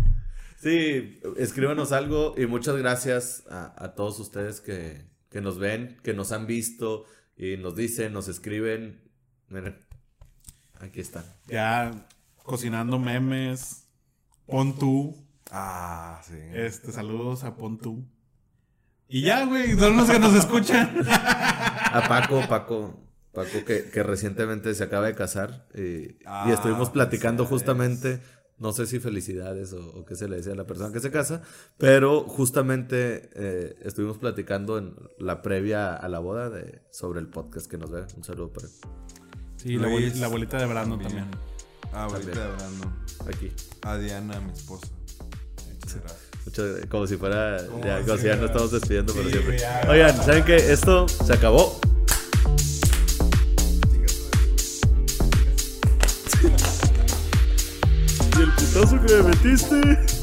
Sí, escríbanos algo y muchas gracias a, a todos ustedes que, que nos ven, que nos han visto y nos dicen, nos escriben. Miren, aquí están. Ya cocinando memes, pon tú. Ah, sí. Este, saludos a pon tú. Y ya, güey, son los que nos escuchan. A Paco, Paco. Paco, que, que recientemente se acaba de casar y, ah, y estuvimos platicando justamente, no sé si felicidades o, o qué se le decía a la persona que se casa, pero justamente eh, estuvimos platicando en la previa a la boda de, sobre el podcast que nos ve. Un saludo para él. Sí, la, abuelita, la abuelita de Brando también. también. Ah, abuelita también. de Brando. Aquí. A Diana, mi esposa. Sí. Muchas, como si fuera, ya, como si ya nos estamos despidiendo sí, por siempre. Ya, Oigan, ¿saben qué? Esto se acabó. ¿Y el putazo que me metiste?